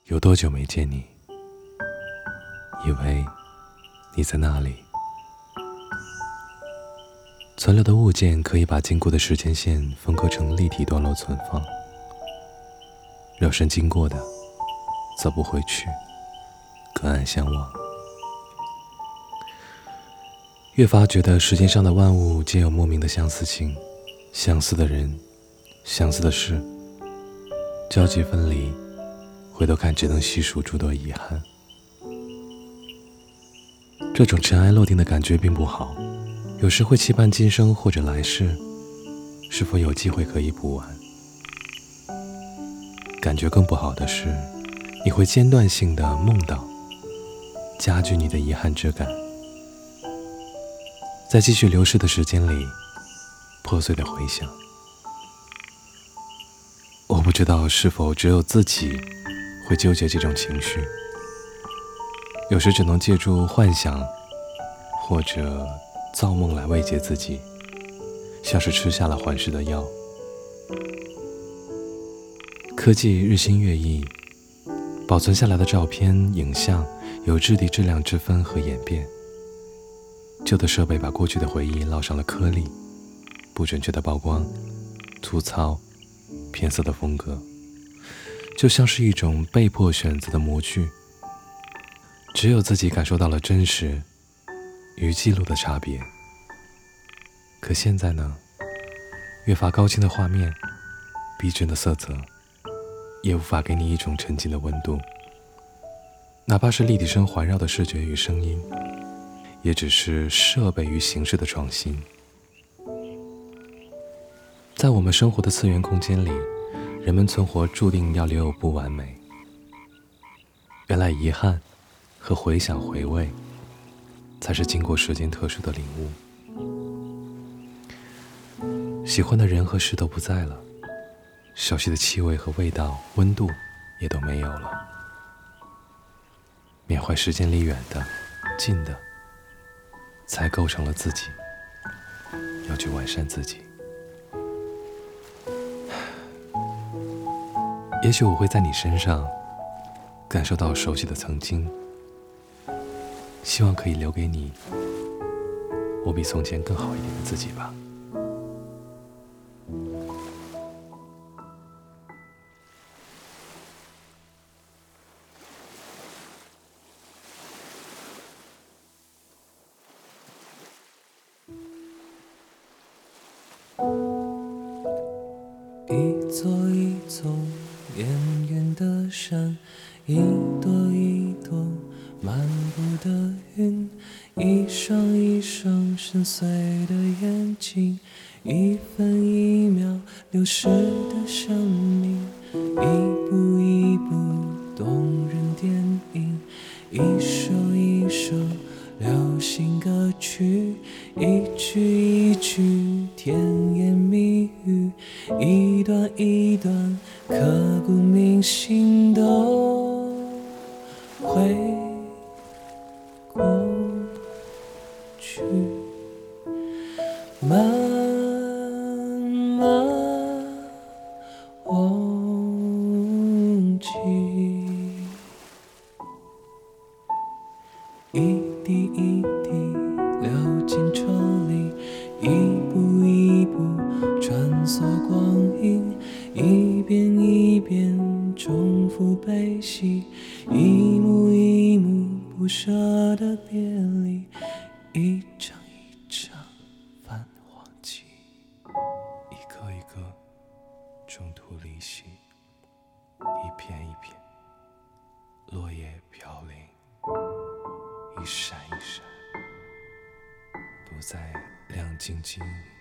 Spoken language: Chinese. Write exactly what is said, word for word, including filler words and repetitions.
有多久没见你，以为你在那里。存留的物件可以把经过的时间线分割成立体段落存放，肉身经过的走不回去，隔岸相望。越发觉得世间上的万物皆有莫名的相似性，相似的人，相似的事，交集分离，回头看只能细数诸多遗憾。这种尘埃落定的感觉并不好，有时会期盼今生或者来世是否有机会可以补完。感觉更不好的是，你会间断性的梦到，加剧你的遗憾之感。在继续流逝的时间里，破碎的回想。我不知道是否只有自己会纠结这种情绪，有时只能借助幻想或者造梦来慰藉自己，像是吃下了缓释的药。科技日新月异，保存下来的照片、影像有质地质量之分和演变。旧的设备把过去的回忆烙上了颗粒，不准确的曝光，粗糙偏色的风格，就像是一种被迫选择的模具。只有自己感受到了真实与记录的差别。可现在呢，越发高清的画面，逼真的色泽，也无法给你一种沉浸的温度。哪怕是立体声环绕的视觉与声音，也只是设备与形式的创新。在我们生活的次元空间里，人们存活注定要留有不完美。原来遗憾和回想回味，才是经过时间特殊的领悟。喜欢的人和事都不在了，熟悉的气味和味道、温度也都没有了。缅怀时间里远的、近的，才构成了自己，要去完善自己。也许我会在你身上感受到熟悉的曾经，希望可以留给你我比从前更好一点的自己吧。 一座一座远远的山，一朵一朵漫步的云，一双一双深邃的眼睛，一分一秒流逝的生命，一步一步动人电影，一首一首流行歌曲，一句一句甜言蜜语，一段一段刻骨铭心都会过去，慢慢忘记。一滴一滴流进车里，一步一步穿梭光阴，一遍一遍重复悲喜，一幕一幕不舍的别离，一场一场泛黄记， 一颗一颗中途离席，一片一片落叶飘零，一闪一闪不再亮晶晶。